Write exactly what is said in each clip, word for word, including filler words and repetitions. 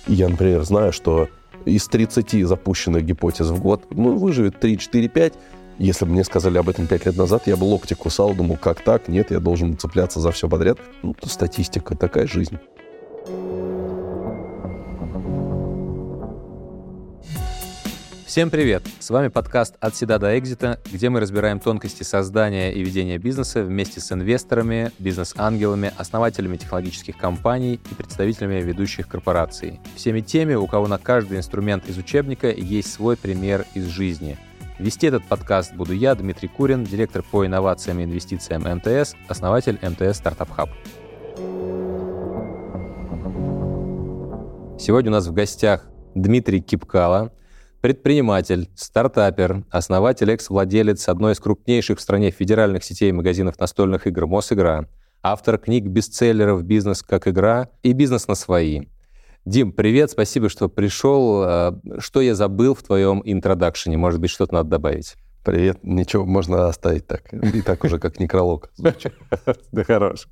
Я, например, знаю, что из тридцати запущенных гипотез в год, ну, выживет три, четыре, пять. Если бы мне сказали об этом пять лет назад, я бы локти кусал, думал, как так? Нет, я должен цепляться за все подряд. Ну, статистика, такая жизнь. Всем привет! С вами подкаст «От седа до экзита», где мы разбираем тонкости создания и ведения бизнеса вместе с инвесторами, бизнес-ангелами, основателями технологических компаний и представителями ведущих корпораций. Всеми теми, у кого на каждый инструмент из учебника есть свой пример из жизни. Вести этот подкаст буду я, Дмитрий Курин, директор по инновациям и инвестициям эм тэ эс, основатель эм тэ эс Startup Hub. Сегодня у нас в гостях Дмитрий Кипкало, предприниматель, стартапер, основатель, экс-владелец одной из крупнейших в стране федеральных сетей магазинов настольных игр «Мосигра», автор книг-бестселлеров «Бизнес как игра» и «Бизнес на свои». Дим, привет, спасибо, что пришел. Что я забыл в твоем интродакшене? Может быть, что-то надо добавить? Привет, ничего, можно оставить так. И так уже как некролог звучит. Да хорош.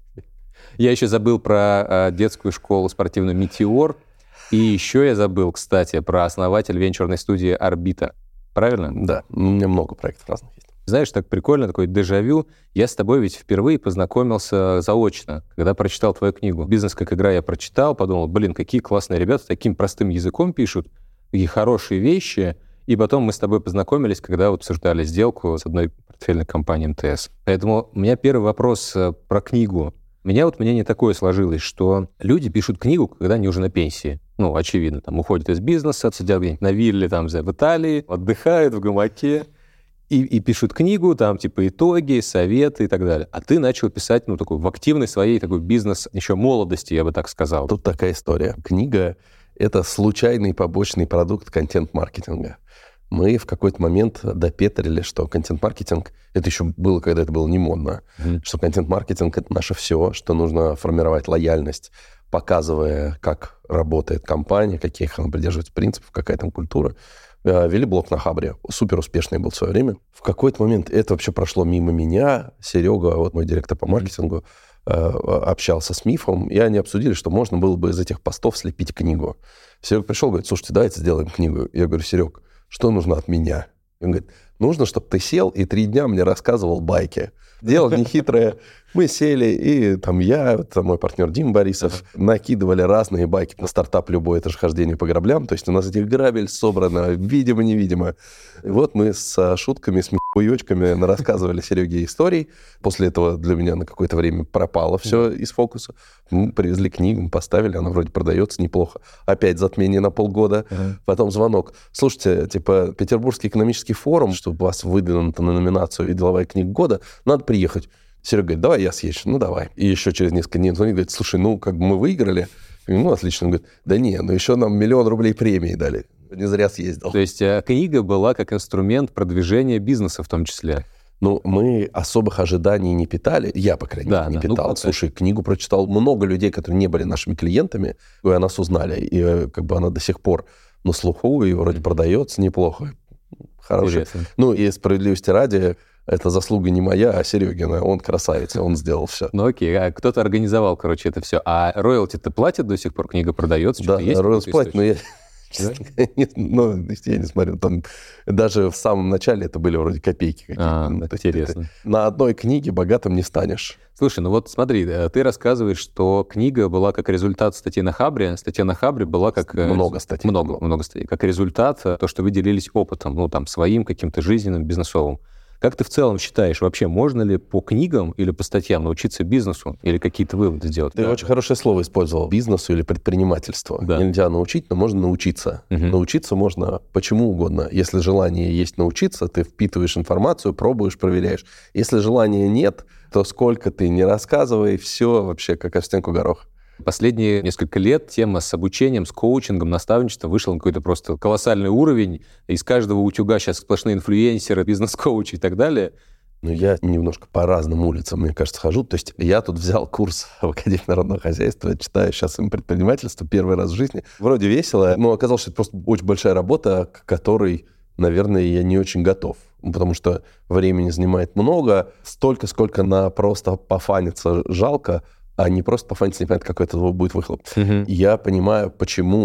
Я еще забыл про детскую школу спортивную «Метеор». И еще я забыл, кстати, про основателя венчурной студии «Орбита». Правильно? Да, у меня много проектов разных есть. Знаешь, так прикольно, такой дежавю. Я с тобой ведь впервые познакомился заочно, когда прочитал твою книгу. «Бизнес как игра» я прочитал, подумал, блин, какие классные ребята, таким простым языком пишут, какие хорошие вещи. И потом мы с тобой познакомились, когда вот обсуждали сделку с одной портфельной компанией эм тэ эс. Поэтому у меня первый вопрос про книгу. У меня вот мнение такое сложилось, что люди пишут книгу, когда они уже на пенсии. Ну, очевидно, там уходят из бизнеса, сидят где-нибудь на вилле там в Италии, отдыхают в гамаке и, и пишут книгу, там типа итоги, советы и так далее. А ты начал писать, ну, такой в активной своей такой бизнес еще молодости, я бы так сказал. Тут такая история. Книга — это случайный побочный продукт контент-маркетинга. Мы в какой-то момент допетрили, что контент-маркетинг, это еще было, когда это было не модно, mm-hmm. что контент-маркетинг — это наше все, что нужно формировать лояльность, показывая, как работает компания, каких она придерживается принципов, какая там культура. Вели блог на Хабре. Супер успешный был в свое время. В какой-то момент это вообще прошло мимо меня. Серега, вот мой директор по маркетингу, общался с Мифом, и они обсудили, что можно было бы из этих постов слепить книгу. Серега пришел, говорит, слушайте, давайте сделаем книгу. Я говорю, Серег, что нужно от меня? Он говорит, нужно, чтобы ты сел и три дня мне рассказывал байки. Дело нехитрое. Мы сели, и там я, там мой партнер Дима Борисов, накидывали разные байки на стартап «Любое». Это же хождение по граблям. То есть у нас этих грабель собрано, видимо-невидимо. И вот мы с шутками, с хуёчками рассказывали Сереге историй. После этого для меня на какое-то время пропало все из фокуса. Мы привезли книгу, поставили, она вроде продается неплохо. Опять затмение на полгода. Uh-huh. Потом звонок. Слушайте, типа, Петербургский экономический форум, чтобы вас выдвинуто на номинацию и деловая книга года, надо приехать. Серега говорит, давай я съезжу. Ну, давай. И еще через несколько дней звонит, говорит, слушай, ну, как бы мы выиграли. Я говорю, ну, отлично. Он говорит, да не, ну, еще нам миллион рублей премии дали. Не зря съездил. То есть книга была как инструмент продвижения бизнеса в том числе? Ну, мы особых ожиданий не питали. Я, по крайней мере, да, не да. питал. Ну, слушай, книгу прочитал много людей, которые не были нашими клиентами, и о нас узнали. И как бы она до сих пор на слуху, и вроде mm-hmm. продается неплохо. Хорошая. Ну, и справедливости ради, это заслуга не моя, а Серегина. Он красавец, он сделал все. Ну окей, а кто-то организовал, короче, это все. А роялти-то платят до сих пор? Книга продается? Да, роялти платят, но я... Ну, я не смотрю, там даже в самом начале это были вроде копейки какие-то. А, ну, интересно. На одной книге богатым не станешь. Слушай, ну вот смотри, ты рассказываешь, что книга была как результат статьи на Хабре. Статья на Хабре была как... Много статей. Много, много статей. Как результат, то, что вы делились опытом, ну, там, своим каким-то жизненным, бизнесовым. Как ты в целом считаешь, вообще можно ли по книгам или по статьям научиться бизнесу или какие-то выводы сделать? Ты да. очень хорошее слово использовал. Бизнесу или предпринимательству. Да. Нельзя научить, но можно научиться. Угу. Научиться можно почему угодно. Если желание есть научиться, ты впитываешь информацию, пробуешь, проверяешь. Если желания нет, то сколько ты не рассказывай, все вообще как о стенку горох. Последние несколько лет тема с обучением, с коучингом, наставничеством вышла на какой-то просто колоссальный уровень. Из каждого утюга сейчас сплошные инфлюенсеры, бизнес-коучи и так далее. Ну, я немножко по разным улицам, мне кажется, хожу. То есть я тут взял курс в Академии народного хозяйства, читаю сейчас им предпринимательство первый раз в жизни. Вроде весело, но оказалось, что это просто очень большая работа, к которой, наверное, я не очень готов. Потому что времени занимает много, столько, сколько на просто пофаниться жалко, а не просто пофаниться, непонятно, какой это будет выхлоп. Uh-huh. Я понимаю, почему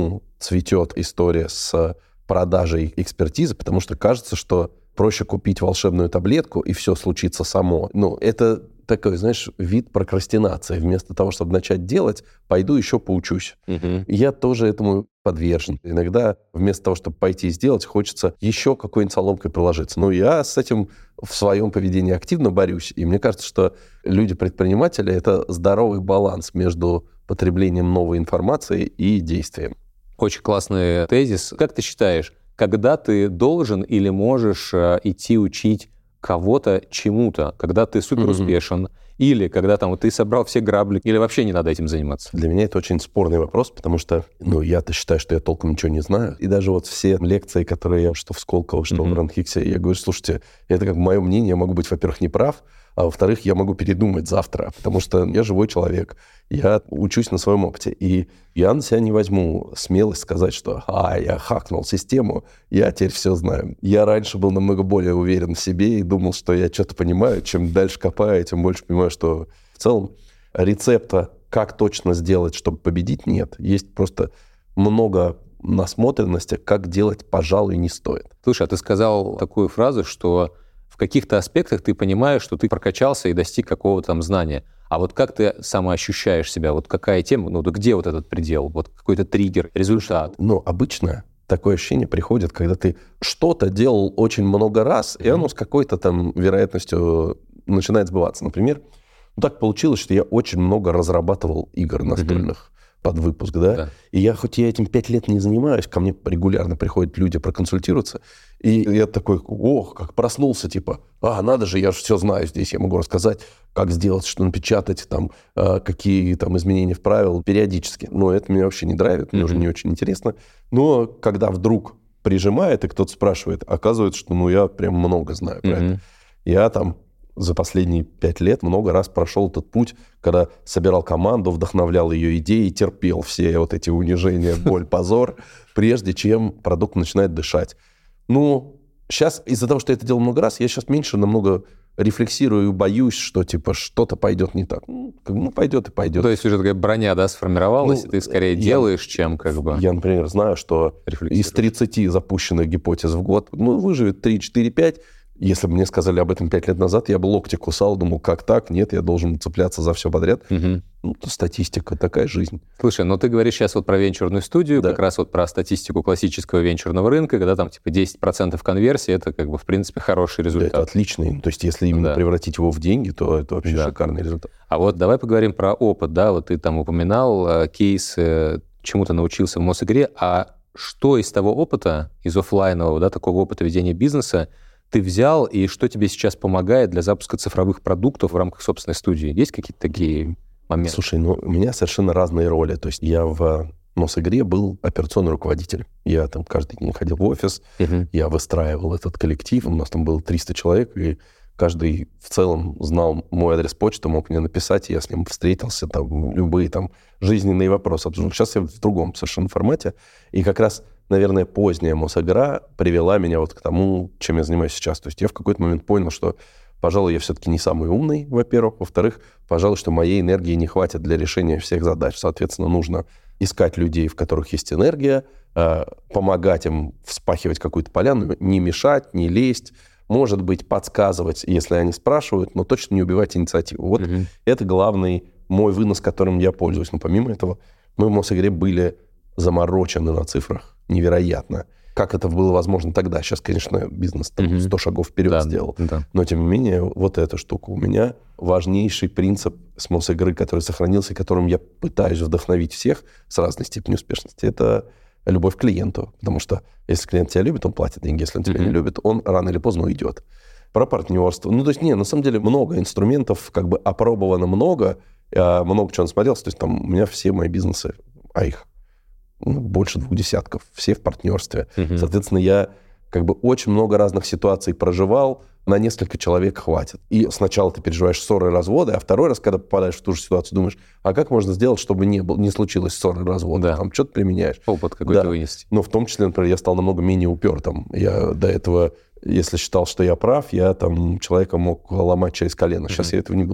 цветет история с продажей экспертизы, потому что кажется, что проще купить волшебную таблетку, и все случится само. Ну, это такой, знаешь, вид прокрастинации. Вместо того, чтобы начать делать, пойду еще поучусь. Угу. Я тоже этому подвержен. Иногда вместо того, чтобы пойти и сделать, хочется еще какой-нибудь соломкой приложиться. Но я с этим в своем поведении активно борюсь. И мне кажется, что люди-предприниматели — это здоровый баланс между потреблением новой информации и действием. Очень классный тезис. Как ты считаешь, когда ты должен или можешь э, идти учить кого-то чему-то, когда ты супер успешен, mm-hmm. или когда там ты собрал все грабли, или вообще не надо этим заниматься? Для меня это очень спорный вопрос, потому что, ну, я-то считаю, что я толком ничего не знаю. И даже вот все лекции, которые я, что в Сколково, что mm-hmm. в Ранхиксе, я говорю, слушайте, это как мое мнение, я могу быть, во-первых, неправ, а во-вторых, я могу передумать завтра, потому что я живой человек, я учусь на своем опыте, и я на себя не возьму смелость сказать, что «а, я хакнул систему, я теперь все знаю». Я раньше был намного более уверен в себе и думал, что я что-то понимаю. Чем дальше копаю, тем больше понимаю, что в целом рецепта, как точно сделать, чтобы победить, нет. Есть просто много насмотренности, как делать, пожалуй, не стоит. Слушай, а ты сказал такую фразу, что в каких-то аспектах ты понимаешь, что ты прокачался и достиг какого-то там знания. А вот как ты самоощущаешь себя? Вот какая тема? Ну, да где вот этот предел? Вот какой-то триггер, результат? Ну, обычно такое ощущение приходит, когда ты что-то делал очень много раз, mm-hmm. и оно с какой-то там вероятностью начинает сбываться. Например, ну, так получилось, что я очень много разрабатывал игр настольных. Mm-hmm. под выпуск, да? да. И я, хоть я этим пять лет не занимаюсь, ко мне регулярно приходят люди проконсультироваться, и я такой, ох, как проснулся, типа, а, надо же, я же все знаю здесь, я могу рассказать, как сделать, что напечатать, там, какие там изменения в правила периодически. Но это меня вообще не драйвит, мне mm-hmm. уже не очень интересно. Но когда вдруг прижимает, и кто-то спрашивает, оказывается, что, ну, я прям много знаю про mm-hmm. это. Я там за последние пять лет много раз прошел этот путь, когда собирал команду, вдохновлял ее идеи, терпел все вот эти унижения, боль, позор, прежде чем продукт начинает дышать. Ну, сейчас из-за того, что я это делал много раз, я сейчас меньше намного рефлексирую и боюсь, что типа что-то пойдет не так. Ну, ну пойдет и пойдет. То есть уже такая броня, да, сформировалась, ну, и ты скорее я, делаешь, чем как бы... Я, например, знаю, что из тридцати запущенных гипотез в год, ну, выживет три, четыре, пять. Если бы мне сказали об этом пять лет назад, я бы локти кусал, думал, как так? Нет, я должен цепляться за все подряд. Угу. Ну, статистика, такая жизнь. Слушай, ну ты говоришь сейчас вот про венчурную студию, да. как раз вот про статистику классического венчурного рынка, когда там типа десять процентов конверсии, это как бы в принципе хороший результат. Да, это отличный. То есть если именно да. превратить его в деньги, то это вообще да. шикарный результат. А вот давай поговорим про опыт, да, вот ты там упоминал э, кейс, э, чему-то научился в Мосигре, а что из того опыта, из офлайнового, да, такого опыта ведения бизнеса, ты взял, и что тебе сейчас помогает для запуска цифровых продуктов в рамках собственной студии? Есть какие-то такие моменты? Слушай, ну, у меня совершенно разные роли. То есть я в Мосигре был операционный руководитель. Я там каждый день ходил в офис, uh-huh. я выстраивал этот коллектив. У нас там было триста человек, и каждый в целом знал мой адрес почты, мог мне написать, и я с ним встретился, там, любые там жизненные вопросы. Сейчас я в другом совершенно формате. И как раз, наверное, поздняя Мосигра привела меня вот к тому, чем я занимаюсь сейчас. То есть я в какой-то момент понял, что, пожалуй, я все-таки не самый умный, во-первых. Во-вторых, пожалуй, что моей энергии не хватит для решения всех задач. Соответственно, нужно искать людей, в которых есть энергия, помогать им вспахивать какую-то поляну, не мешать, не лезть, может быть, подсказывать, если они спрашивают, но точно не убивать инициативу. Вот mm-hmm. это главный мой вынос, которым я пользуюсь. Но помимо этого, мы в Мосигре были заморочены на цифрах невероятно. Как это было возможно тогда? Сейчас, конечно, бизнес там mm-hmm. сто шагов вперед да, сделал. Да. Но, тем не менее, вот эта штука. У меня важнейший принцип с Мосигры, который сохранился, и которым я пытаюсь вдохновить всех с разной степенью успешности, это любовь к клиенту. Потому что если клиент тебя любит, он платит деньги. Если он тебя mm-hmm. не любит, он рано или поздно уйдет. Про партнерство. Ну, то есть, не, на самом деле, много инструментов, как бы опробовано много, много чего насмотрелся. То есть, там у меня все мои бизнесы, а их ну, больше двух десятков, все в партнерстве. Mm-hmm. Соответственно, я как бы очень много разных ситуаций проживал, на несколько человек хватит. И сначала ты переживаешь ссоры и разводы, а второй раз, когда попадаешь в ту же ситуацию, думаешь, а как можно сделать, чтобы не, было, не случилось ссоры и развода? Да. Там что-то применяешь. Опыт какой-то да. вынести. Но в том числе, например, я стал намного менее упертым. Я до этого, если считал, что я прав, я там человека мог ломать через колено. Сейчас mm-hmm. я этого не буду делать.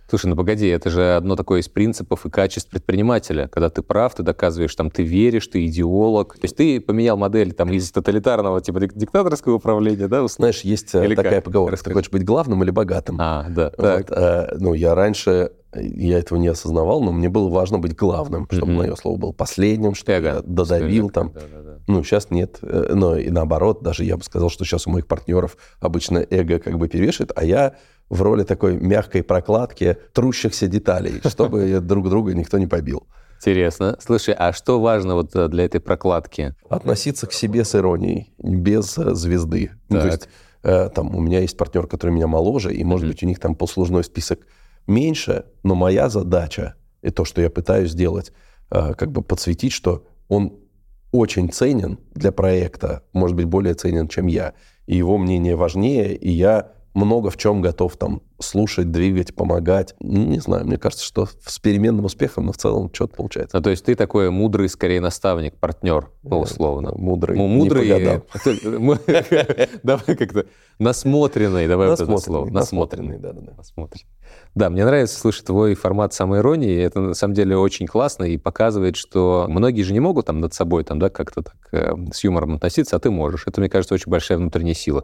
Слушай, ну погоди, это же одно такое из принципов и качеств предпринимателя. Когда ты прав, ты доказываешь, там, ты веришь, ты идеолог. То есть ты поменял модель там, из тоталитарного типа диктаторского управления, да? Знаешь, есть или такая как? поговорка, Расскажи. Ты хочешь быть главным или богатым? А, да. Вот, а, ну, я раньше, я этого не осознавал, но мне было важно быть главным, чтобы mm-hmm. мое слово было последним, что Эго. я додавил там. Да, да, да. Ну, сейчас нет. Но и наоборот, даже я бы сказал, что сейчас у моих партнеров обычно эго как бы перевешивает, а я в роли такой мягкой прокладки трущихся деталей, чтобы друг друга никто не побил. Интересно. Слушай, а что важно вот для этой прокладки? Относиться к себе с иронией, без звезды. Ну, то есть э, там у меня есть партнер, который меня моложе, и, может mm-hmm. быть, у них там послужной список меньше, но моя задача, и то, что я пытаюсь сделать, э, как бы подсветить, что он очень ценен для проекта, может быть, более ценен, чем я, и его мнение важнее, и я много в чем готов там слушать, двигать, помогать. Не знаю, мне кажется, что с переменным успехом, но в целом что-то получается. Ну, то есть ты такой мудрый, скорее, наставник, партнер, условно. Мудрый, ну, мудрый, не по годам. Давай как-то насмотренный, давай вот это слово. Насмотренный, да-да-да. Да, мне нравится, слушай, твой формат самоиронии. Это, на самом деле, очень классно и показывает, что многие же не могут там над собой там, да, как-то так э, с юмором относиться, а ты можешь. Это, мне кажется, очень большая внутренняя сила.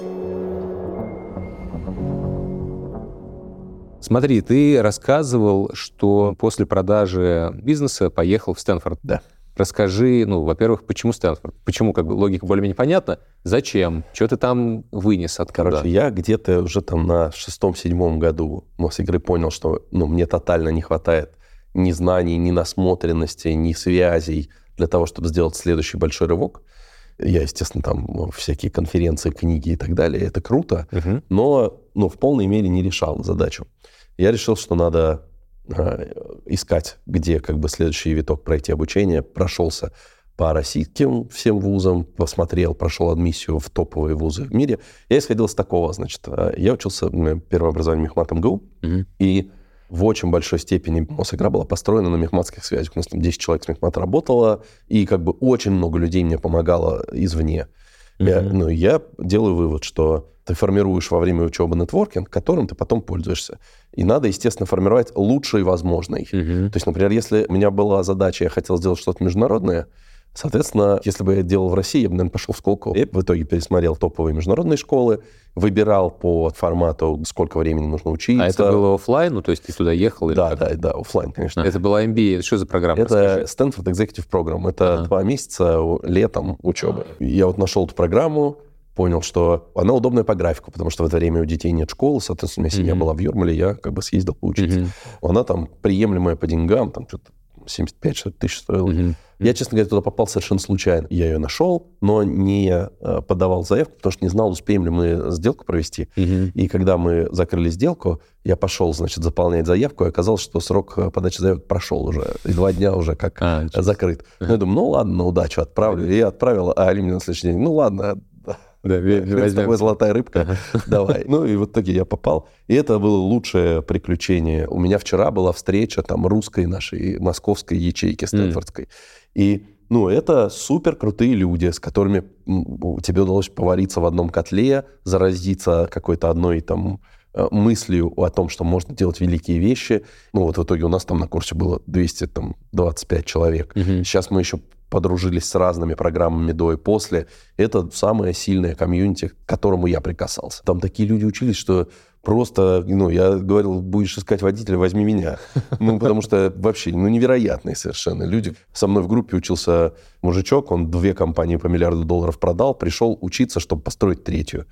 Смотри, ты рассказывал, что после продажи бизнеса поехал в Стэнфорд. Да. Расскажи, ну, во-первых, почему Стэнфорд? Почему, как бы, логика более-менее понятна? Зачем? Что ты там вынес откуда? Короче, я где-то уже там на шестом-седьмом году с игры понял, что ну, мне тотально не хватает ни знаний, ни насмотренности, ни связей для того, чтобы сделать следующий большой рывок. Я, естественно, там всякие конференции, книги и так далее. Это круто, uh-huh. но ну, в полной мере не решал задачу. Я решил, что надо э, искать, где как бы следующий виток пройти обучение. Прошелся по российским всем вузам, посмотрел, прошел адмиссию в топовые вузы в мире. Я исходил с такого, значит, я учился, первое образование Мехмат МГУ, uh-huh. и в очень большой степени Мосигра была построена на мехматских связях. У нас там десять человек с Мехмата работало, и как бы очень много людей мне помогало извне. Mm-hmm. Я, ну, я делаю вывод, что ты формируешь во время учебы нетворкинг, которым ты потом пользуешься. И надо, естественно, формировать лучший возможный. Mm-hmm. То есть, например, если у меня была задача, я хотел сделать что-то международное, соответственно, если бы я это делал в России, я бы, наверное, пошел в школу. Я в итоге пересмотрел топовые международные школы, выбирал по формату, сколько времени нужно учиться. А это было офлайн? Ну, то есть ты туда ехал? Или да, как? да, да, офлайн, конечно. Это была эм би эй. Что за программа? Это Stanford Executive Program. Это ага. два месяца летом учебы. Я вот нашел эту программу, понял, что она удобная по графику, потому что в это время у детей нет школы, соответственно, у меня семья mm-hmm. была в Юрмале, я как бы съездил поучиться. Mm-hmm. Она там приемлемая по деньгам, там что-то семьдесят пять тысяч стоила. Mm-hmm. Я, честно говоря, туда попал совершенно случайно. Я ее нашел, но не э, подавал заявку, потому что не знал, успеем ли мы сделку провести. Mm-hmm. И когда мы закрыли сделку, я пошел, значит, заполнять заявку, и оказалось, что срок подачи заявок прошел уже. И два дня уже как а, закрыт. Mm-hmm. Я думаю, ну ладно, на удачу отправлю. Mm-hmm. И я отправил, а они мне на следующий день, ну ладно, да, с тобой золотая рыбка, давай. Ну и в итоге я попал. И это было лучшее приключение. У меня вчера была встреча там русской нашей московской ячейки стэнфордской. Mm. И ну, это супер крутые люди, с которыми тебе удалось повариться в одном котле, заразиться какой-то одной там мыслью о том, что можно делать великие вещи. Ну вот в итоге у нас там на курсе было двести двадцать пять человек. Mm-hmm. Сейчас мы еще подружились с разными программами до и после. Это самое сильное комьюнити, к которому я прикасался. Там такие люди учились, что просто, ну, я говорил, будешь искать водителя, возьми меня. Ну, потому что вообще, ну, невероятные совершенно люди. Со мной в группе учился мужичок, он две компании по миллиарду долларов продал, пришел учиться, чтобы построить третью.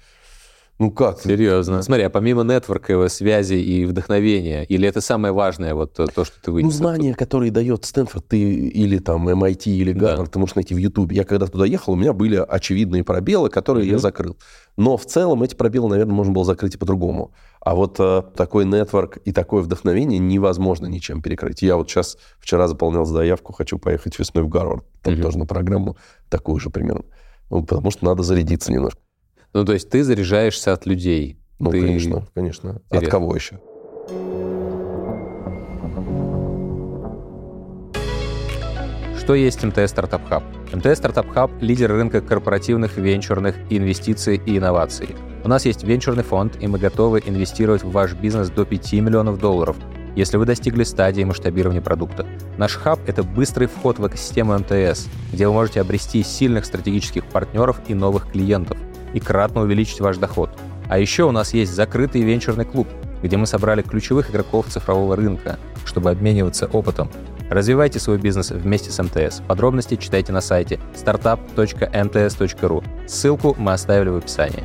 Ну как? Серьезно. Смотри, а помимо нетворка, связи и вдохновения, или это самое важное, вот то, что ты вынес? Ну, знания, которые дает Стэнфорд, ты или там эм ай ти, или Гарвард, да. ты можешь найти в Ютубе. Я когда туда ехал, у меня были очевидные пробелы, которые mm-hmm. я закрыл. Но в целом эти пробелы, наверное, можно было закрыть и по-другому. А вот э, такой нетворк и такое вдохновение невозможно ничем перекрыть. Я вот сейчас, вчера заполнял заявку, хочу поехать весной в Гарвард. Там mm-hmm. тоже на программу такую же примерно. Ну, потому что надо зарядиться немножко. Ну, то есть ты заряжаешься от людей. Ну, ты... конечно, конечно. Интересно. От кого еще? Что есть эм тэ эс Startup Hub? эм тэ эс Startup Hub – лидер рынка корпоративных, венчурных инвестиций и инноваций. У нас есть венчурный фонд, и мы готовы инвестировать в ваш бизнес до пяти миллионов долларов, если вы достигли стадии масштабирования продукта. Наш хаб — это быстрый вход в экосистему эм тэ эс, где вы можете обрести сильных стратегических партнеров и новых клиентов, и кратно увеличить ваш доход. А еще у нас есть закрытый венчурный клуб, где мы собрали ключевых игроков цифрового рынка, чтобы обмениваться опытом. Развивайте свой бизнес вместе с эм тэ эс. Подробности читайте на сайте стартап точка эм тэ эс точка ру. Ссылку мы оставили в описании.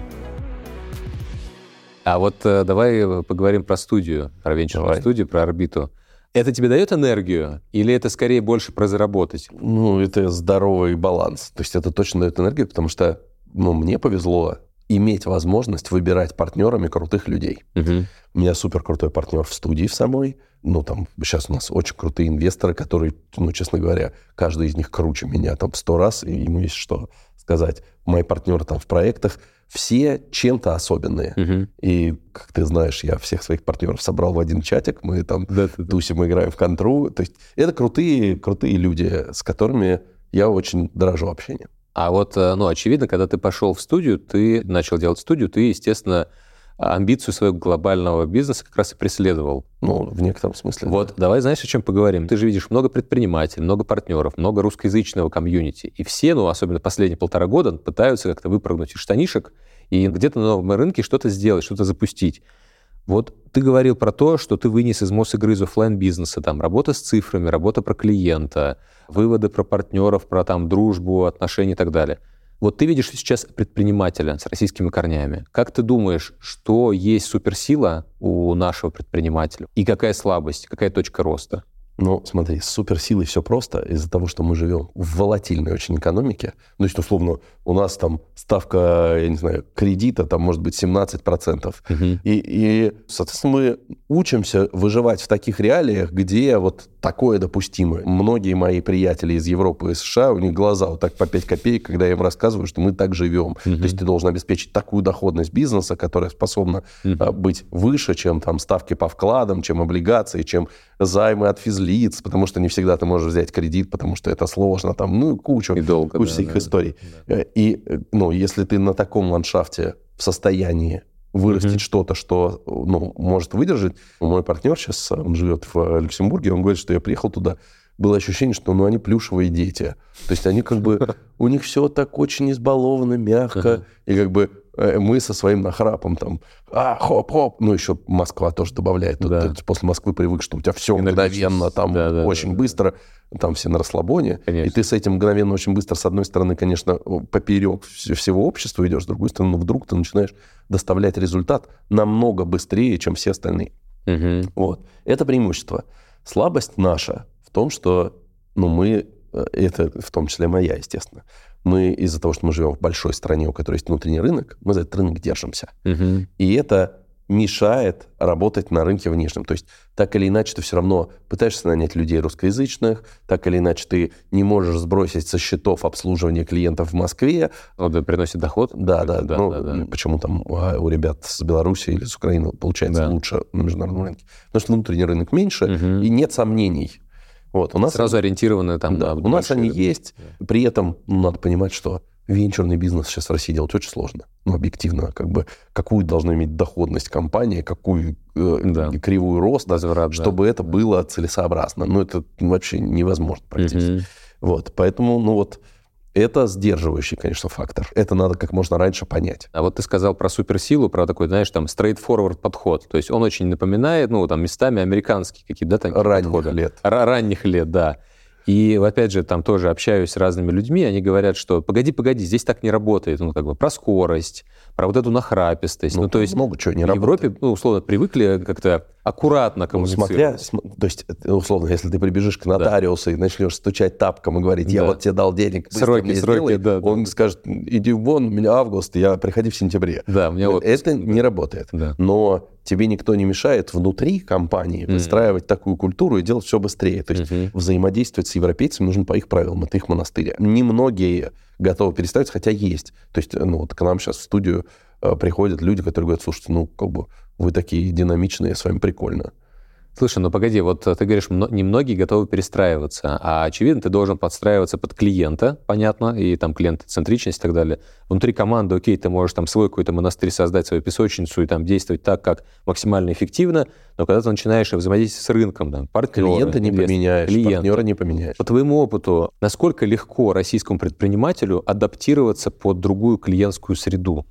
А вот э, давай поговорим про студию, про венчурную давай. студию, про орбиту. Это тебе дает энергию или это скорее больше про заработать? Ну, это здоровый баланс. То есть это точно дает энергию, потому что ну, мне повезло иметь возможность выбирать партнерами крутых людей. Угу. У меня супер крутой партнер в студии в самой. Ну, там сейчас у нас очень крутые инвесторы, которые, ну, честно говоря, каждый из них круче меня там в сто раз, и ему есть что сказать. Мои партнеры там в проектах все чем-то особенные. Угу. И, как ты знаешь, я всех своих партнеров собрал в один чатик, мы там да, тусим, мы играем в контру. То есть это крутые, крутые люди, с которыми я очень дорожу общением. А вот, ну, очевидно, когда ты пошел в студию, ты начал делать студию, ты, естественно, амбицию своего глобального бизнеса как раз и преследовал. Ну, в некотором смысле. Вот, да. Давай, знаешь, о чем поговорим? Ты же видишь много предпринимателей, много партнеров, много русскоязычного комьюнити. И все, ну, особенно последние полтора года, пытаются как-то выпрыгнуть из штанишек и где-то на новом рынке что-то сделать, что-то запустить. Вот ты говорил про то, что ты вынес из Мосигры из офлайн-бизнеса, там, работа с цифрами, работа про клиента, выводы про партнеров, про там дружбу, отношения и так далее. Вот ты видишь сейчас предпринимателя с российскими корнями. Как ты думаешь, что есть суперсила у нашего предпринимателя? И какая слабость, какая точка роста? Ну, смотри, с суперсилой все просто из-за того, что мы живем в волатильной очень экономике. Ну, то есть, условно, у нас там ставка, я не знаю, кредита там может быть семнадцать процентов. Угу. И, и, соответственно, мы учимся выживать в таких реалиях, где вот такое допустимо. Многие мои приятели из Европы и США, у них глаза вот так по пять копеек, когда я им рассказываю, что мы так живем. Угу. То есть ты должен обеспечить такую доходность бизнеса, которая способна угу. быть выше, чем там ставки по вкладам, чем облигации, чем займы от физлиц, потому что не всегда ты можешь взять кредит, потому что это сложно, там, ну, куча, и долго, куча да, всяких да, историй. Да. И, ну, если ты на таком ландшафте в состоянии вырастить mm-hmm. что-то, что, ну, может выдержать. Мой партнер сейчас, он живет в Люксембурге, он говорит, что я приехал туда, было ощущение, что, ну, они плюшевые дети. То есть они как бы, у них все так очень избаловано, мягко, и как бы мы со своим нахрапом там, а, хоп-хоп, ну, еще Москва тоже добавляет. Тут, да. Ты после Москвы привык, что у тебя все мгновенно, там, да, да, очень да, быстро, да. Там все на расслабоне. Конечно. И ты с этим мгновенно очень быстро, с одной стороны, конечно, поперек всего общества идешь, с другой стороны, ну, вдруг ты начинаешь доставлять результат намного быстрее, чем все остальные. Угу. Вот. Это преимущество. Слабость наша в том, что, ну, мы, это в том числе моя, естественно, мы из-за того, что мы живем в большой стране, у которой есть внутренний рынок, мы за этот рынок держимся. Угу. И это мешает работать на рынке внешнем. То есть так или иначе ты все равно пытаешься нанять людей русскоязычных, так или иначе ты не можешь сбросить со счетов обслуживания клиентов в Москве. Ну, да, приносит доход. Да, да. да, ну, да, да. Почему там у ребят с Беларуси или с Украины получается да. лучше на международном рынке? Потому что внутренний рынок меньше, угу. и нет сомнений. Вот, у нас сразу они, ориентированы там. Да, да, у нас они есть. Да. При этом ну, надо понимать, что венчурный бизнес сейчас в России делать очень сложно. Ну, объективно, как бы, какую должна иметь доходность компания, какую э, да. кривую роста, Возврат, чтобы да. это да. было целесообразно. Ну, это вообще невозможно практически. Угу. Вот, поэтому, ну вот, это сдерживающий, конечно, фактор. Это надо как можно раньше понять. А вот ты сказал про суперсилу, про такой, знаешь, там, straightforward подход. То есть он очень напоминает, ну, там, местами американские какие-то, да, такие ранних подходы. лет. Р- ранних лет, да. И, опять же, там тоже общаюсь с разными людьми, они говорят, что погоди, погоди, здесь так не работает. Ну, как бы про скорость, про вот эту нахрапистость. Ну, ну то есть много чего не в работает. Европе, ну, условно, привыкли как-то аккуратно коммуницировать. Ну, смотря, то есть, условно, если ты прибежишь к нотариусу да. и начнешь стучать тапком и говорить, я да. вот тебе дал денег, сроки, мне сроки, сделай, да, он да. скажет, иди вон, у меня август, я приходи в сентябре. Да, у меня вот это да. не работает. Да. Но тебе никто не мешает внутри компании mm-hmm. выстраивать такую культуру и делать все быстрее. То есть mm-hmm. взаимодействовать с европейцами нужно по их правилам, это их монастырь. Немногие готовы переставить, хотя есть. То есть, ну, вот к нам сейчас в студию э, приходят люди, которые говорят, слушайте, ну, как бы вы такие динамичные, с вами прикольно. Слушай, ну погоди, вот ты говоришь, немногие готовы перестраиваться, а очевидно, ты должен подстраиваться под клиента, понятно, и там клиентоцентричность и так далее. Внутри команды, окей, ты можешь там свой какой-то монастырь создать, свою песочницу и там действовать так, как максимально эффективно, но когда ты начинаешь взаимодействовать с рынком, там, партнеры, клиента не инвесторы, поменяешь, клиенты, партнера не поменяешь. По твоему опыту, насколько легко российскому предпринимателю адаптироваться под другую клиентскую среду?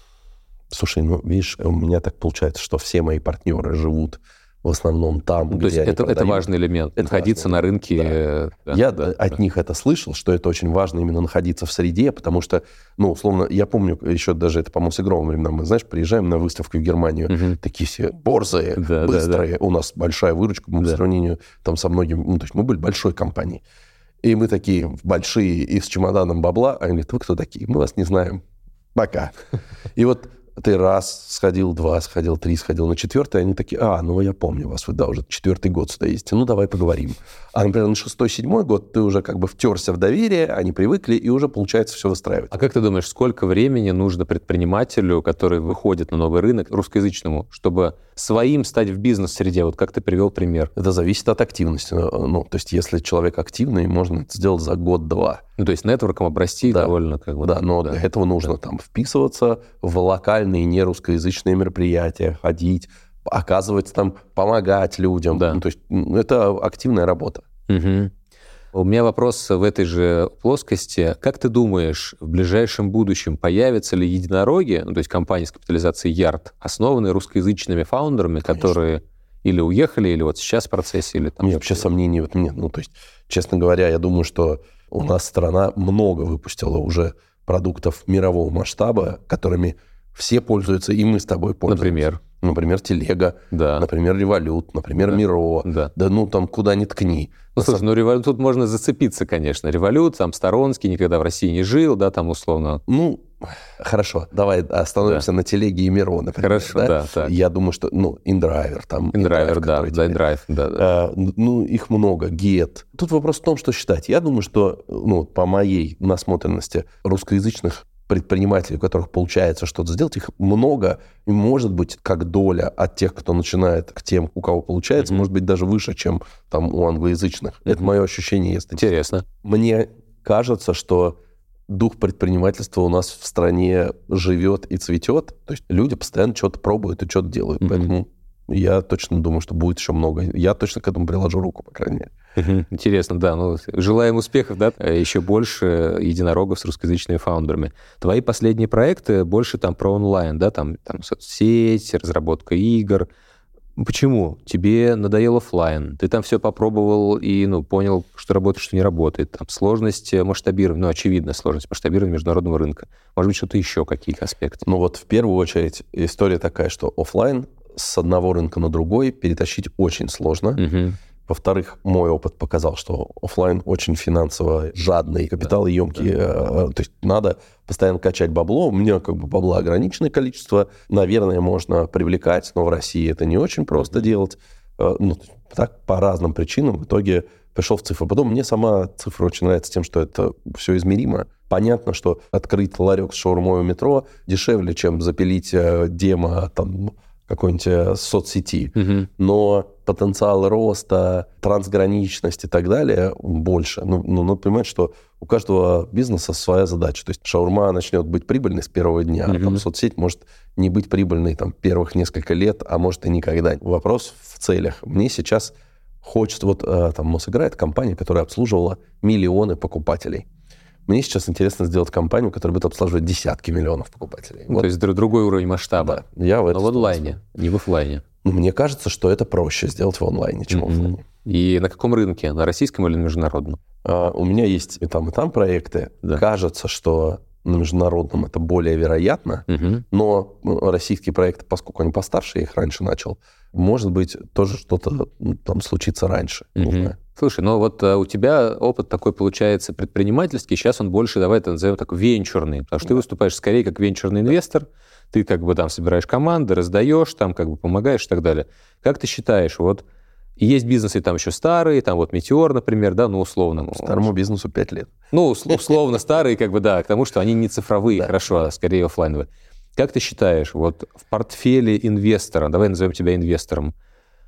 Слушай, ну, видишь, у меня так получается, что все мои партнеры живут в основном там, ну, где то есть они это, это важный элемент, это находиться важный. на рынке. Да. Да, я да, от да. них это слышал, что это очень важно именно находиться в среде, потому что, ну, условно, я помню еще даже это, по-моему, с игровым временам, мы, знаешь, приезжаем на выставку в Германию, угу. такие все борзые, да, быстрые, да, да. у нас большая выручка мы да. по сравнению там со многими, ну, то есть мы были большой компанией, и мы такие большие и с чемоданом бабла, а они говорят, вы кто такие? Мы вас не знаем. Пока. И вот ты раз сходил, два сходил, три сходил, на четвертый, они такие, а, ну я помню вас, вы, да, уже четвертый год сюда ездите, ну давай поговорим. А, например, на шестой, седьмой год ты уже как бы втерся в доверие, они привыкли, и уже получается все выстраивать. А как ты думаешь, сколько времени нужно предпринимателю, который выходит на новый рынок, русскоязычному, чтобы своим стать в бизнес-среде? Вот как ты привел пример. Это зависит от активности. Ну, то есть если человек активный, можно это сделать за год-два. Ну, то есть нетворком обрасти да. довольно как бы... Да, но да. для этого нужно да. там вписываться в локальные нерусскоязычные мероприятия, ходить, оказывать там, помогать людям. Да. Ну, то есть это активная работа. Угу. У меня вопрос в этой же плоскости. Как ты думаешь, в ближайшем будущем появятся ли единороги, ну, то есть компании с капитализацией Ярд, основанные русскоязычными фаундерами, Конечно. которые или уехали, или вот сейчас в процессе, или там... У меня вообще сомнений в этом нет. Ну, то есть, честно говоря, я думаю, что у нас страна много выпустила уже продуктов мирового масштаба, которыми все пользуются, и мы с тобой пользуемся. Например? Например, Телега, да. например, Револют, например, да. Миро. Да. да ну, там куда ни ткни. Ну, слушай, ну, Револют, тут можно зацепиться, конечно. Револют, там, Сторонский никогда в России не жил, да, там, условно. Ну, хорошо, давай остановимся да. на Телеге и Миро, например. Хорошо, да. да так. Я думаю, что, ну, InDriver, там... InDriver, да, да, InDrive, да, да. А, ну, их много, Get. Тут вопрос в том, что считать. Я думаю, что, ну, по моей насмотренности русскоязычных предпринимателей, у которых получается что-то сделать, их много, и может быть, как доля от тех, кто начинает, к тем, у кого получается, mm-hmm. может быть, даже выше, чем там у англоязычных. Mm-hmm. Это мое ощущение. Если Интересно. Мне кажется, что дух предпринимательства у нас в стране живет и цветет, то есть люди постоянно что-то пробуют и что-то делают, mm-hmm. поэтому я точно думаю, что будет еще много. Я точно к этому приложу руку, по крайней мере. Интересно, да. Ну, желаем успехов, да, еще больше единорогов с русскоязычными фаундерами. Твои последние проекты больше там про онлайн, да, там, там соцсеть, разработка игр. Почему? Тебе надоел офлайн, ты там все попробовал и, ну, понял, что работает, что не работает. Там сложность масштабирования, ну, очевидно, сложность масштабирования международного рынка. Может быть, что-то еще, какие-то аспекты? Ну, вот в первую очередь история такая, что офлайн с одного рынка на другой перетащить очень сложно. Угу. Во-вторых, мой опыт показал, что офлайн очень финансово жадный, капиталоемкий. Да. То есть надо постоянно качать бабло. У меня как бы бабла ограниченное количество. Наверное, можно привлекать, но в России это не очень просто делать. Ну, так, по разным причинам. В итоге пришел в цифру. Потом мне сама цифра очень нравится тем, что это все измеримо. Понятно, что открыть ларек с шаурмой у метро дешевле, чем запилить демо там какой-нибудь соцсети. Угу. Но потенциал роста, трансграничность и так далее больше. Ну, ну, надо понимать, что у каждого бизнеса своя задача. То есть шаурма начнет быть прибыльной с первого дня, угу. а там соцсеть может не быть прибыльной там, первых несколько лет, а может и никогда. Вопрос в целях. Мне сейчас хочется... Вот там Мосигра — компания, которая обслуживала миллионы покупателей. Мне сейчас интересно сделать компанию, которая будет обслуживать десятки миллионов покупателей. Ну, вот. То есть другой уровень масштаба. Да, я в Но в онлайне, не в офлайне. Ну, мне кажется, что это проще сделать в онлайне, чем mm-hmm. в офлайне. И на каком рынке? На российском или на международном? А, у меня есть и там, и там проекты. Да. Кажется, что на международном это более вероятно, mm-hmm. но российские проекты, поскольку они постарше, я их раньше начал, может быть, тоже что-то там случится раньше. Mm-hmm. Не знаю. Слушай, ну вот а, у тебя опыт такой получается предпринимательский, сейчас он больше, давай это назовем так, венчурный, потому что да. ты выступаешь скорее как венчурный инвестор, ты как бы там собираешь команды, раздаешь, там как бы помогаешь и так далее. Как ты считаешь, вот есть бизнесы там еще старые, там вот Метеор, например, да, ну условно. Старому бизнесу пять лет. Ну, условно старые, как бы, да, к тому, что они не цифровые, да. хорошо, а скорее офлайновые. Как ты считаешь, вот в портфеле инвестора, давай назовем тебя инвестором,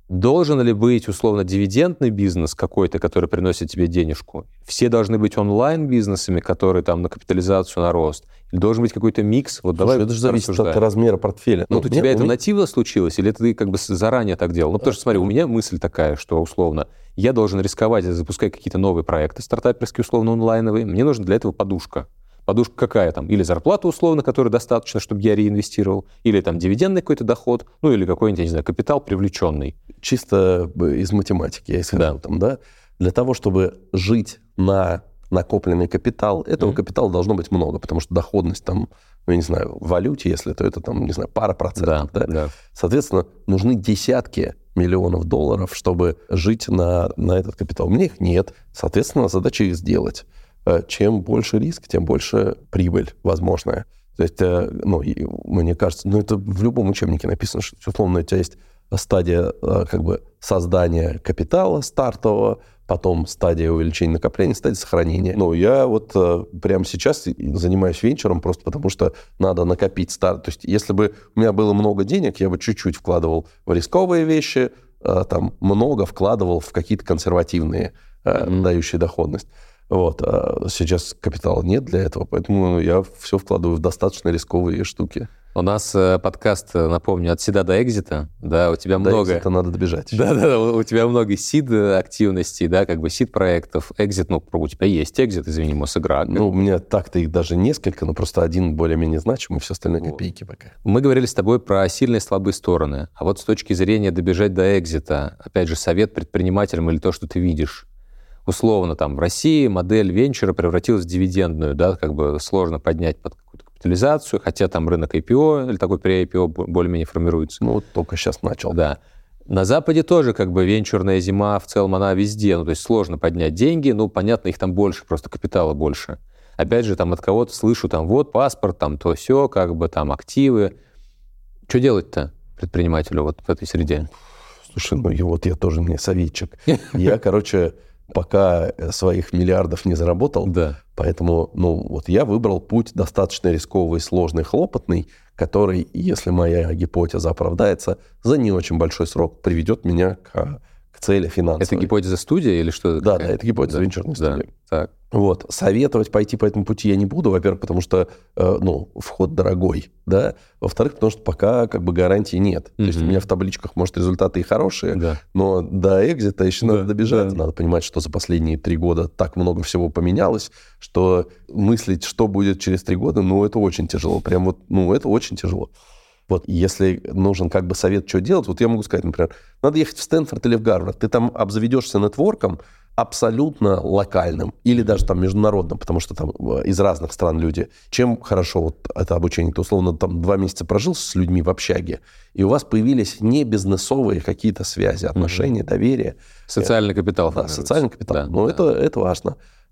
Должен ли быть, условно, дивидендный бизнес какой-то, который приносит тебе денежку? Все должны быть онлайн-бизнесами, которые там на капитализацию, на рост? Или должен быть какой-то микс? Вот Слушай, давай это же зависит от размера портфеля. Ну, вот у мне, тебя у это меня... нативно случилось, или это ты как бы заранее так делал? Ну, потому что, смотри, у меня мысль такая, что, условно, я должен рисковать и запускать какие-то новые проекты стартаперские, условно, онлайновые. Мне нужна для этого подушка. Подушка какая там? Или зарплата, условно, которая достаточно, чтобы я реинвестировал, или там дивидендный какой-то доход, ну, или какой-нибудь, я не знаю, капитал привлеченный. Чисто из математики, я исхожу да. там, да? Для того, чтобы жить на накопленный капитал, этого mm-hmm. капитала должно быть много, потому что доходность там, ну, я не знаю, в валюте, если, то это там, не знаю, пара процентов, да? Да, да. Соответственно, нужны десятки миллионов долларов, чтобы жить на, на этот капитал. У меня их нет. Соответственно, задача их сделать. Чем больше риск, тем больше прибыль возможная. То есть, ну, мне кажется, ну, это в любом учебнике написано, что, условно, у тебя есть стадия как бы создания капитала стартового, потом стадия увеличения накопления, стадия сохранения. Ну, я вот прямо сейчас занимаюсь венчуром просто потому, что надо накопить старт. То есть, если бы у меня было много денег, я бы чуть-чуть вкладывал в рисковые вещи, там, много вкладывал в какие-то консервативные, mm-hmm. дающие доходность. Вот. А сейчас капитала нет для этого, поэтому я все вкладываю в достаточно рисковые штуки. У нас э, подкаст, напомню, от сида до экзита, да, у тебя до много... До экзита надо добежать. Да-да, у тебя много сид-активностей, да, как бы сид-проектов, экзит, ну, у тебя есть экзит, извини, Мосигра. Ну, у меня так-то их даже несколько, но просто один более-менее значимый, все остальные копейки пока. Мы говорили с тобой про сильные и слабые стороны, а вот с точки зрения добежать до экзита, опять же, совет предпринимателям или то, что ты видишь. Условно, там, в России модель венчура превратилась в дивидендную, да, как бы сложно поднять под какую-то капитализацию, хотя там рынок ай пи о или такой при-ай пи о более-менее формируется. Ну, вот только сейчас начал. Да. На Западе тоже как бы венчурная зима в целом, она везде, ну, то есть сложно поднять деньги, ну, понятно, их там больше, просто капитала больше. Опять же, там от кого-то слышу, там, вот, паспорт, там, то сё, как бы, там, активы. Что делать-то предпринимателю вот в этой среде? Слушай, ну, и вот я тоже не советчик. Я, короче... пока своих миллиардов не заработал, да. Поэтому, ну, вот я выбрал путь достаточно рисковый, сложный, хлопотный, который, если моя гипотеза оправдается, за не очень большой срок приведет меня к, к цели финансовой. Это гипотеза студии или что? Да, да, это гипотеза да. венчурной да. студии. Так. Вот. Советовать пойти по этому пути я не буду, во-первых, потому что, э, ну, вход дорогой, да, во-вторых, потому что пока как бы гарантии нет. Mm-hmm. То есть у меня в табличках, может, результаты и хорошие, да. но до экзита еще да. надо добежать. Да. Надо понимать, что за последние три года так много всего поменялось, что мыслить, что будет через три года, ну, это очень тяжело. Прям вот, ну, это очень тяжело. Вот, если нужен как бы совет, что делать, вот я могу сказать, например, надо ехать в Стэнфорд или в Гарвард, ты там обзаведешься нетворком, абсолютно локальным или даже там международным, потому что там из разных стран люди. Чем хорошо вот это обучение? Ты условно там два месяца прожил с людьми в общаге, и у вас появились не бизнесовые какие-то связи, отношения, mm-hmm. доверие. Социальный капитал. Да, социальный капитал. Да, Но да. Это, это важно.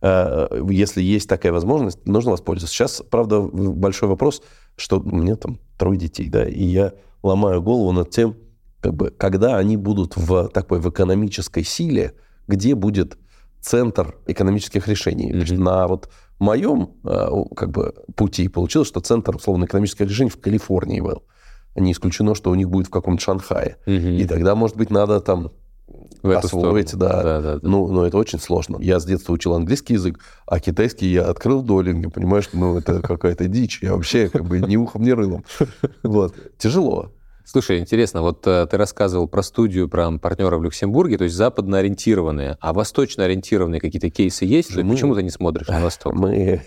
Если есть такая возможность, нужно воспользоваться. Сейчас, правда, большой вопрос, что у меня там трое детей, да, и я ломаю голову над тем, как бы, когда они будут в такой в экономической силе, где будет центр экономических решений. Mm-hmm. Значит, на вот моем как бы, пути получилось, что центр условно-экономических решений в Калифорнии был. Не исключено, что у них будет в каком-то Шанхае. Mm-hmm. И тогда, может быть, надо там в освоить. Да. Да, да, да. Ну, но это очень сложно. Я с детства учил английский язык, а китайский я открыл в Duolingo. Понимаешь, ну это какая-то дичь. Я вообще как бы ни ухом, ни рылом. Вот. Тяжело. Слушай, интересно, вот э, ты рассказывал про студию, про партнера в Люксембурге, то есть западно ориентированные, а восточно ориентированные какие-то кейсы есть? Мы, почему ты не смотришь на восток? Мы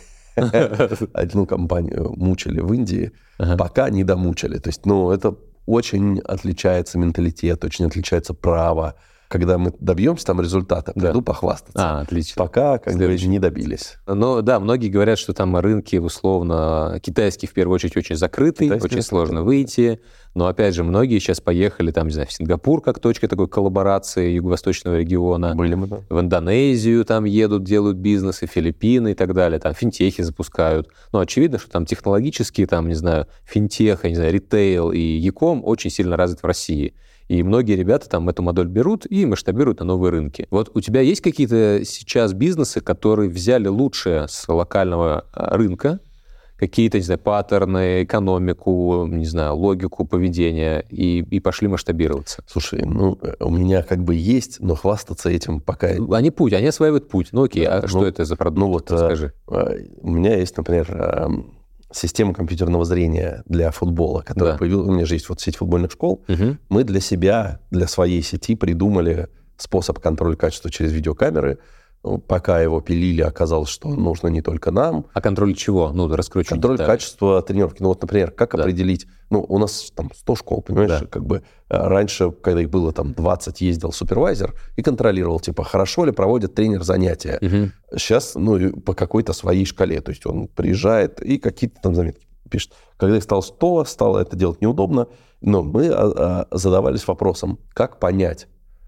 одну компанию мучили в Индии, ага. пока не домучили. То есть, ну, это очень отличается менталитет, очень отличается право. Когда мы добьемся там результата, да. приду похвастаться. А, отлично. Пока, как бы, не добились. Ну, да, многие говорят, что там рынки, условно, китайские, в первую очередь, очень закрытые, Китайский очень сложно выйти. Но, опять же, многие сейчас поехали, там, не знаю, в Сингапур, как точка такой коллаборации юго-восточного региона. Были мы, да. В Индонезию там едут, делают бизнесы, Филиппины и так далее. Там финтехи запускают. Ну, очевидно, что там технологические, там, не знаю, финтех, я не знаю, ритейл и e-com очень сильно развит в России. И многие ребята там эту модель берут и масштабируют на новые рынки. Вот у тебя есть какие-то сейчас бизнесы, которые взяли лучшее с локального рынка какие-то, не знаю, паттерны, экономику, не знаю, логику поведения и, и пошли масштабироваться? Слушай, ну, у меня как бы есть, но хвастаться этим пока... Они путь, они осваивают путь. Ну, окей, да, а ну, что это за продукт? Ну, вот, расскажи. У меня есть, например, система компьютерного зрения для футбола, которая да. появилась. У меня же есть вот сеть футбольных школ. Угу. Мы для себя, для своей сети придумали способ контроля качества через видеокамеры. Пока его пилили, оказалось, что нужно не только нам. А контроль чего? Ну, раскрой чуть Контроль детали. качества тренировки. Ну, вот, например, как да. определить... Ну, у нас там сто школ, понимаешь? Да. Как бы раньше, когда их было там двадцать, ездил супервайзер и контролировал, типа, хорошо ли проводит тренер занятия. Угу. Сейчас, ну, по какой-то своей шкале. То есть он приезжает и какие-то там заметки пишет. Когда их стало сто, стало это делать неудобно. Но мы а, а, задавались вопросом, как понять...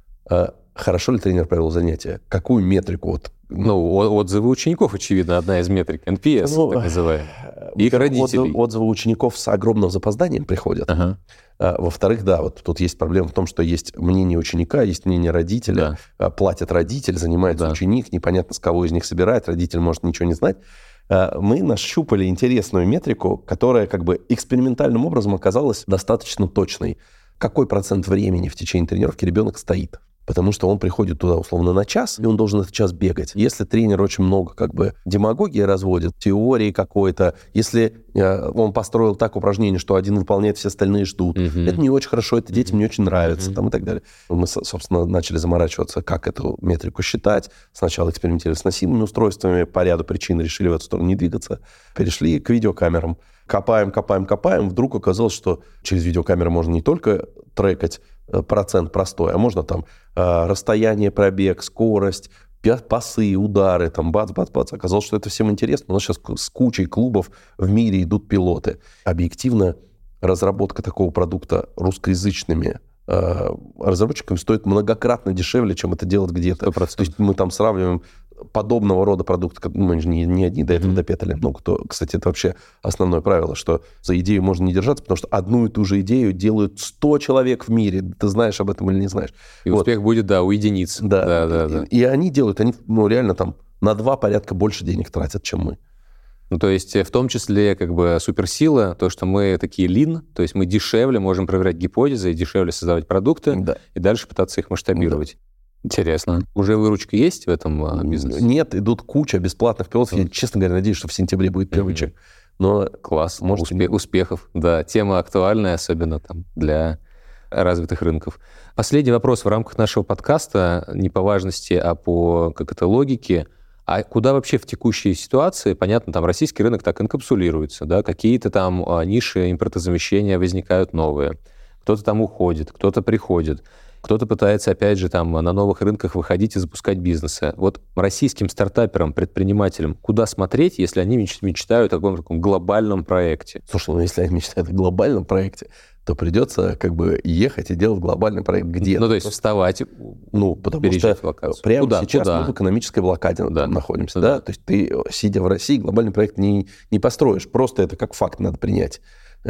А, хорошо ли тренер провел занятия? Какую метрику? Вот, ну, отзывы учеников, очевидно, одна из метрик. эн пи эс, ну, так называемый. Их родителей. Отзывы, отзывы учеников с огромным запозданием приходят. Ага. А, во-вторых, да, вот тут есть проблема в том, что есть мнение ученика, есть мнение родителя. Да. Платит родитель, занимается да. ученик, непонятно, с кого из них собирает, родитель может ничего не знать. А, мы нащупали интересную метрику, которая как бы экспериментальным образом оказалась достаточно точной. Какой процент времени в течение тренировки ребенок стоит? Потому что он приходит туда условно на час, и он должен этот час бегать. Если тренер очень много как бы демагогии разводит, теории какой-то, если э, он построил так упражнение, что один выполняет, все остальные ждут, mm-hmm. это не очень хорошо, это детям mm-hmm. не очень нравится, mm-hmm. там, и так далее. Мы, собственно, начали заморачиваться, как эту метрику считать. Сначала экспериментировали с носимыми устройствами, по ряду причин решили в эту сторону не двигаться. Перешли к видеокамерам. Копаем, копаем, копаем. Вдруг оказалось, что через видеокамеру можно не только трекать процент простой, а можно там э, расстояние, пробег, скорость, пасы, удары, там бац-бац-бац. Оказалось, что это всем интересно. У нас сейчас с кучей клубов в мире идут пилоты. Объективно, разработка такого продукта русскоязычными э, разработчиками стоит многократно дешевле, чем это делать где-то. сто процентов. То есть мы там сравниваем подобного рода продукты, мы же не, не одни до этого mm-hmm. допетали. Ну, кто, кстати, это вообще основное правило, что за идею можно не держаться, потому что одну и ту же идею делают сто человек в мире. Ты знаешь об этом или не знаешь. И вот. Успех будет, да, у единиц. Да, да, да, и, да. И они делают, они, ну, реально там на два порядка больше денег тратят, чем мы. Ну, то есть в том числе как бы суперсила, то, что мы такие lean, то есть мы дешевле можем проверять гипотезы, дешевле создавать продукты да. и дальше пытаться их масштабировать. Да. Интересно. Уже выручка есть в этом бизнесе? Нет, идут куча бесплатных пилотов. Mm. Я, честно говоря, надеюсь, что в сентябре будет первый mm-hmm. чек. Но класс, может, Успе- успехов. Да, тема актуальная, особенно там для развитых рынков. Последний вопрос в рамках нашего подкаста, не по важности, а по как это, логике. А куда вообще в текущей ситуации, понятно, там российский рынок так инкапсулируется, да, какие-то там а, ниши импортозамещения возникают новые, кто-то там уходит, кто-то приходит. Кто-то пытается, опять же, там на новых рынках выходить и запускать бизнесы. Вот российским стартаперам, предпринимателям, куда смотреть, если они меч- мечтают о каком-то таком глобальном проекте? Слушай, ну если они мечтают о глобальном проекте, то придется как бы ехать и делать глобальный проект где-то. Ну, то есть Просто... вставать, ну, потому что прямо куда? сейчас куда? мы в экономической блокаде да. находимся. Да. Да? То есть ты, сидя в России, глобальный проект не, не построишь. Просто это как факт надо принять.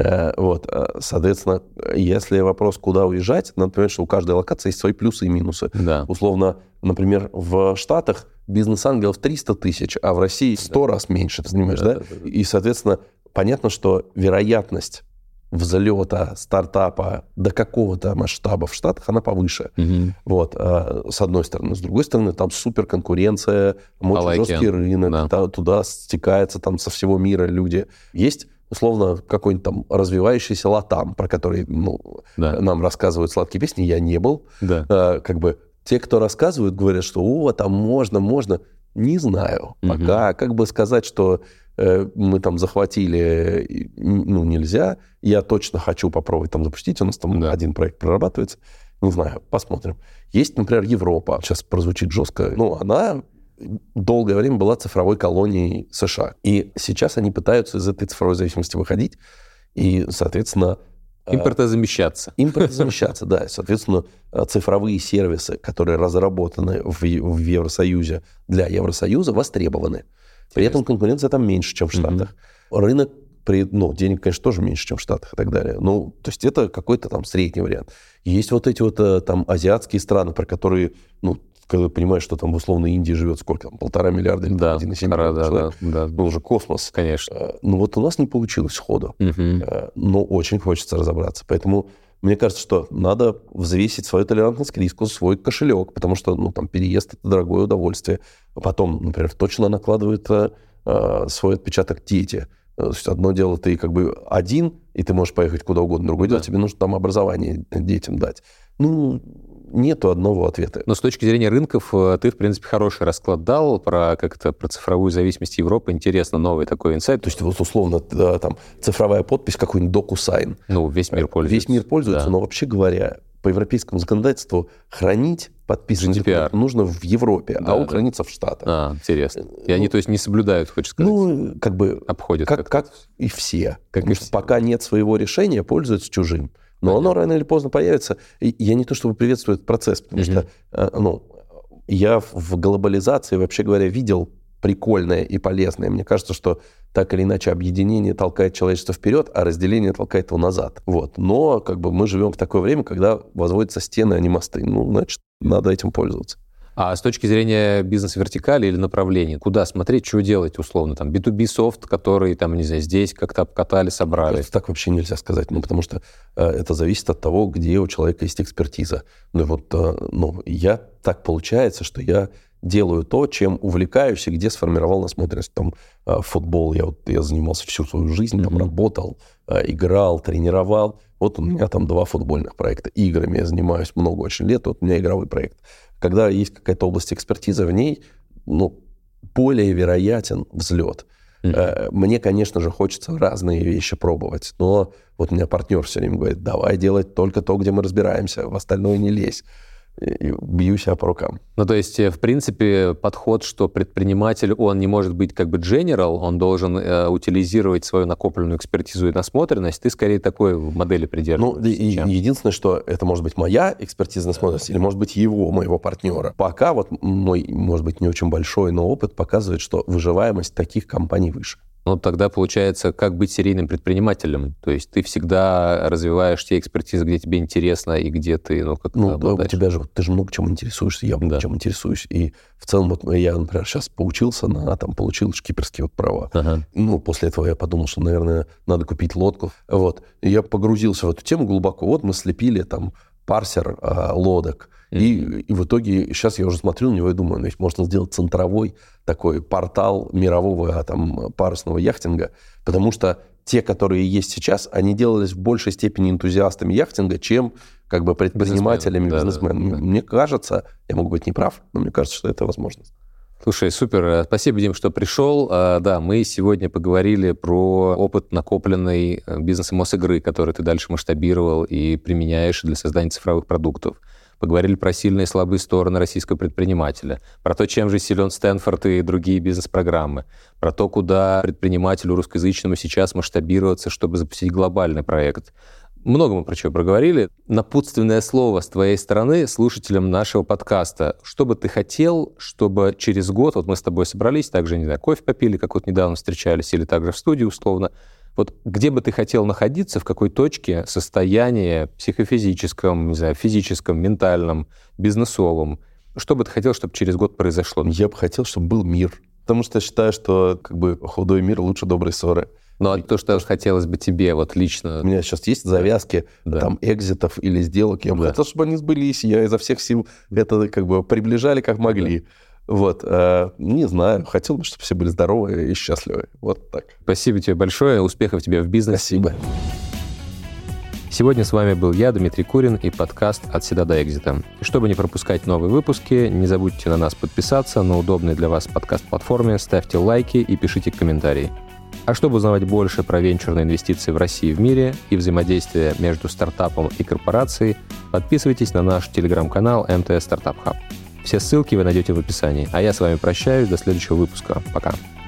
Вот, соответственно, если вопрос, куда уезжать, надо понимать, что у каждой локации есть свои плюсы и минусы. Да. Условно, например, в Штатах бизнес-ангелов триста тысяч, а в России сто да. раз меньше, ты понимаешь, да? да? да, да. И, соответственно, понятно, что вероятность взлета стартапа до какого-то масштаба в Штатах, она повыше. Угу. Вот, с одной стороны. С другой стороны, там суперконкуренция, очень like жесткий it. рынок, да. туда стекаются там со всего мира люди. Есть условно, какой-нибудь там развивающийся Латам, про который ну, да. нам рассказывают сладкие песни, я не был. Да. А, как бы те, кто рассказывают, говорят, что о, там можно, можно. Не знаю. Угу. Пока как бы сказать, что э, мы там захватили, ну, нельзя. Я точно хочу попробовать там запустить. У нас там да. один проект прорабатывается. Не знаю, посмотрим. Есть, например, Европа. Сейчас прозвучит жестко. Ну, она... долгое время была цифровой колонией США. И сейчас они пытаются из этой цифровой зависимости выходить и, соответственно... Импортозамещаться. Импортозамещаться, да. Соответственно, цифровые сервисы, которые разработаны в, в Евросоюзе для Евросоюза, востребованы. При этом конкуренция там меньше, чем в Штатах. Mm-hmm. Рынок, при, ну, денег, конечно, тоже меньше, чем в Штатах и так далее. Ну, то есть это какой-то там средний вариант. Есть вот эти вот там азиатские страны, про которые... ну, когда ты понимаешь, что там в условной Индии живет сколько там, полтора миллиарда или да, один и семь миллиарда человек, да, да. ну, уже космос. Конечно. Ну, вот у нас не получилось сходу, угу. но очень хочется разобраться. Поэтому мне кажется, что надо взвесить свою толерантность к риску, свой кошелек, потому что, ну, там, переезд – это дорогое удовольствие. Потом, например, точно накладывает а, свой отпечаток дети. То есть одно дело, ты как бы один, и ты можешь поехать куда угодно. Другое да. дело, тебе нужно там образование детям дать. Ну, нету одного ответа. Но с точки зрения рынков ты, в принципе, хороший расклад дал про как-то про цифровую зависимость Европы. Интересно, новый такой инсайт. То есть, вот условно, да, там цифровая подпись, какой-нибудь DocuSign. Ну, весь мир пользуется. Весь мир пользуется, да. но вообще говоря, по европейскому законодательству хранить подписанный документ нужно в Европе, да, а он да. хранится в Штатах. А, интересно. И ну, они, то есть, не соблюдают, хочешь сказать? Ну, как бы... Обходят. Как, как и все. Как Потому и что все. Пока нет своего решения, пользуются чужим. Но Понятно. Оно рано или поздно появится. И я не то чтобы приветствую этот процесс, потому mm-hmm. что ну, я в глобализации, вообще говоря, видел прикольное и полезное. Мне кажется, что так или иначе объединение толкает человечество вперед, а разделение толкает его назад. Вот. Но как бы мы живем в такое время, когда возводятся стены, а не мосты. Ну, значит, надо этим пользоваться. А с точки зрения бизнес-вертикали или направлений, куда смотреть, что делать условно? Там би ту би софт, который, там, не знаю, здесь как-то обкатали, собрали. Так вообще нельзя сказать, ну, потому что э, это зависит от того, где у человека есть экспертиза. Ну, вот, э, ну, я, так получается, что я делаю то, чем увлекаюсь и где сформировал насмотренность. Там э, футбол, я, вот, я занимался всю свою жизнь, mm-hmm. там работал, э, играл, тренировал. Вот у меня там два футбольных проекта. Играми я занимаюсь много очень лет, вот у меня игровой проект. Когда есть какая-то область экспертизы в ней, ну, более вероятен взлет. Mm-hmm. Мне, конечно же, хочется разные вещи пробовать, но вот у меня партнер все время говорит, давай делать только то, где мы разбираемся, в остальное не лезь. И бью себя по рукам. Ну, то есть, в принципе, подход, что предприниматель, он не может быть как бы general, он должен э, утилизировать свою накопленную экспертизу и насмотренность, ты скорее такой модели придерживаешься. Ну, и, единственное, что это может быть моя экспертиза, насмотренность, или может быть его, моего партнера. Пока вот мой, может быть, не очень большой, но опыт показывает, что выживаемость таких компаний выше. Ну, тогда получается, как быть серийным предпринимателем. То есть ты всегда развиваешь те экспертизы, где тебе интересно и где ты, ну, как-то Ну, обладаешь. у тебя же, ты же много чем интересуешься, я много да. чем интересуюсь. И в целом, вот я, например, сейчас поучился на, там, получил шкиперские вот права. Ага. Ну, после этого я подумал, что, наверное, надо купить лодку. Вот. И я погрузился в эту тему глубоко. Вот мы слепили там парсер а, лодок. Mm-hmm. И, и в итоге, сейчас я уже смотрю на него и думаю, ведь можно сделать центровой такой портал мирового там, парусного яхтинга, потому что те, которые есть сейчас, они делались в большей степени энтузиастами яхтинга, чем как бы предпринимателями, бизнесменами. бизнесменами. Да, да, да. Мне кажется, я могу быть неправ, но мне кажется, что это возможность. Слушай, супер. Спасибо, Дим, что пришел. Да, мы сегодня поговорили про опыт накопленной бизнесом Мосигры, который ты дальше масштабировал и применяешь для создания цифровых продуктов. Поговорили про сильные и слабые стороны российского предпринимателя, про то, чем же силен Стэнфорд и другие бизнес-программы, про то, куда предпринимателю русскоязычному сейчас масштабироваться, чтобы запустить глобальный проект. Много мы про что проговорили. Напутственное слово с твоей стороны слушателям нашего подкаста. Что бы ты хотел, чтобы через год, вот мы с тобой собрались, также, не знаю, кофе попили, как вот недавно встречались, или также в студии условно, вот где бы ты хотел находиться, в какой точке состояния психофизическом, не знаю, физическом, ментальном, бизнесовом? Что бы ты хотел, чтобы через год произошло? Я бы хотел, чтобы был мир. Потому что я считаю, что как бы худой мир лучше доброй ссоры. Ну, а то, что хотелось бы тебе вот лично... У меня сейчас есть завязки, да. там, экзитов или сделок. Я бы да. хотел, чтобы они сбылись. Я изо всех сил это как бы приближали, как могли. Да. Вот, э, не знаю, хотел бы, чтобы все были здоровы и счастливы. Вот так. Спасибо тебе большое, успехов тебе в бизнесе. Спасибо. Сегодня с вами был я, Дмитрий Курин, и подкаст «От седа до экзита». И чтобы не пропускать новые выпуски, не забудьте на нас подписаться на удобной для вас подкаст-платформе, ставьте лайки и пишите комментарии. А чтобы узнавать больше про венчурные инвестиции в России и в мире и взаимодействие между стартапом и корпорацией, подписывайтесь на наш телеграм-канал эм тэ эс Startup Hub. Все ссылки вы найдете в описании. А я с вами прощаюсь. До следующего выпуска. Пока.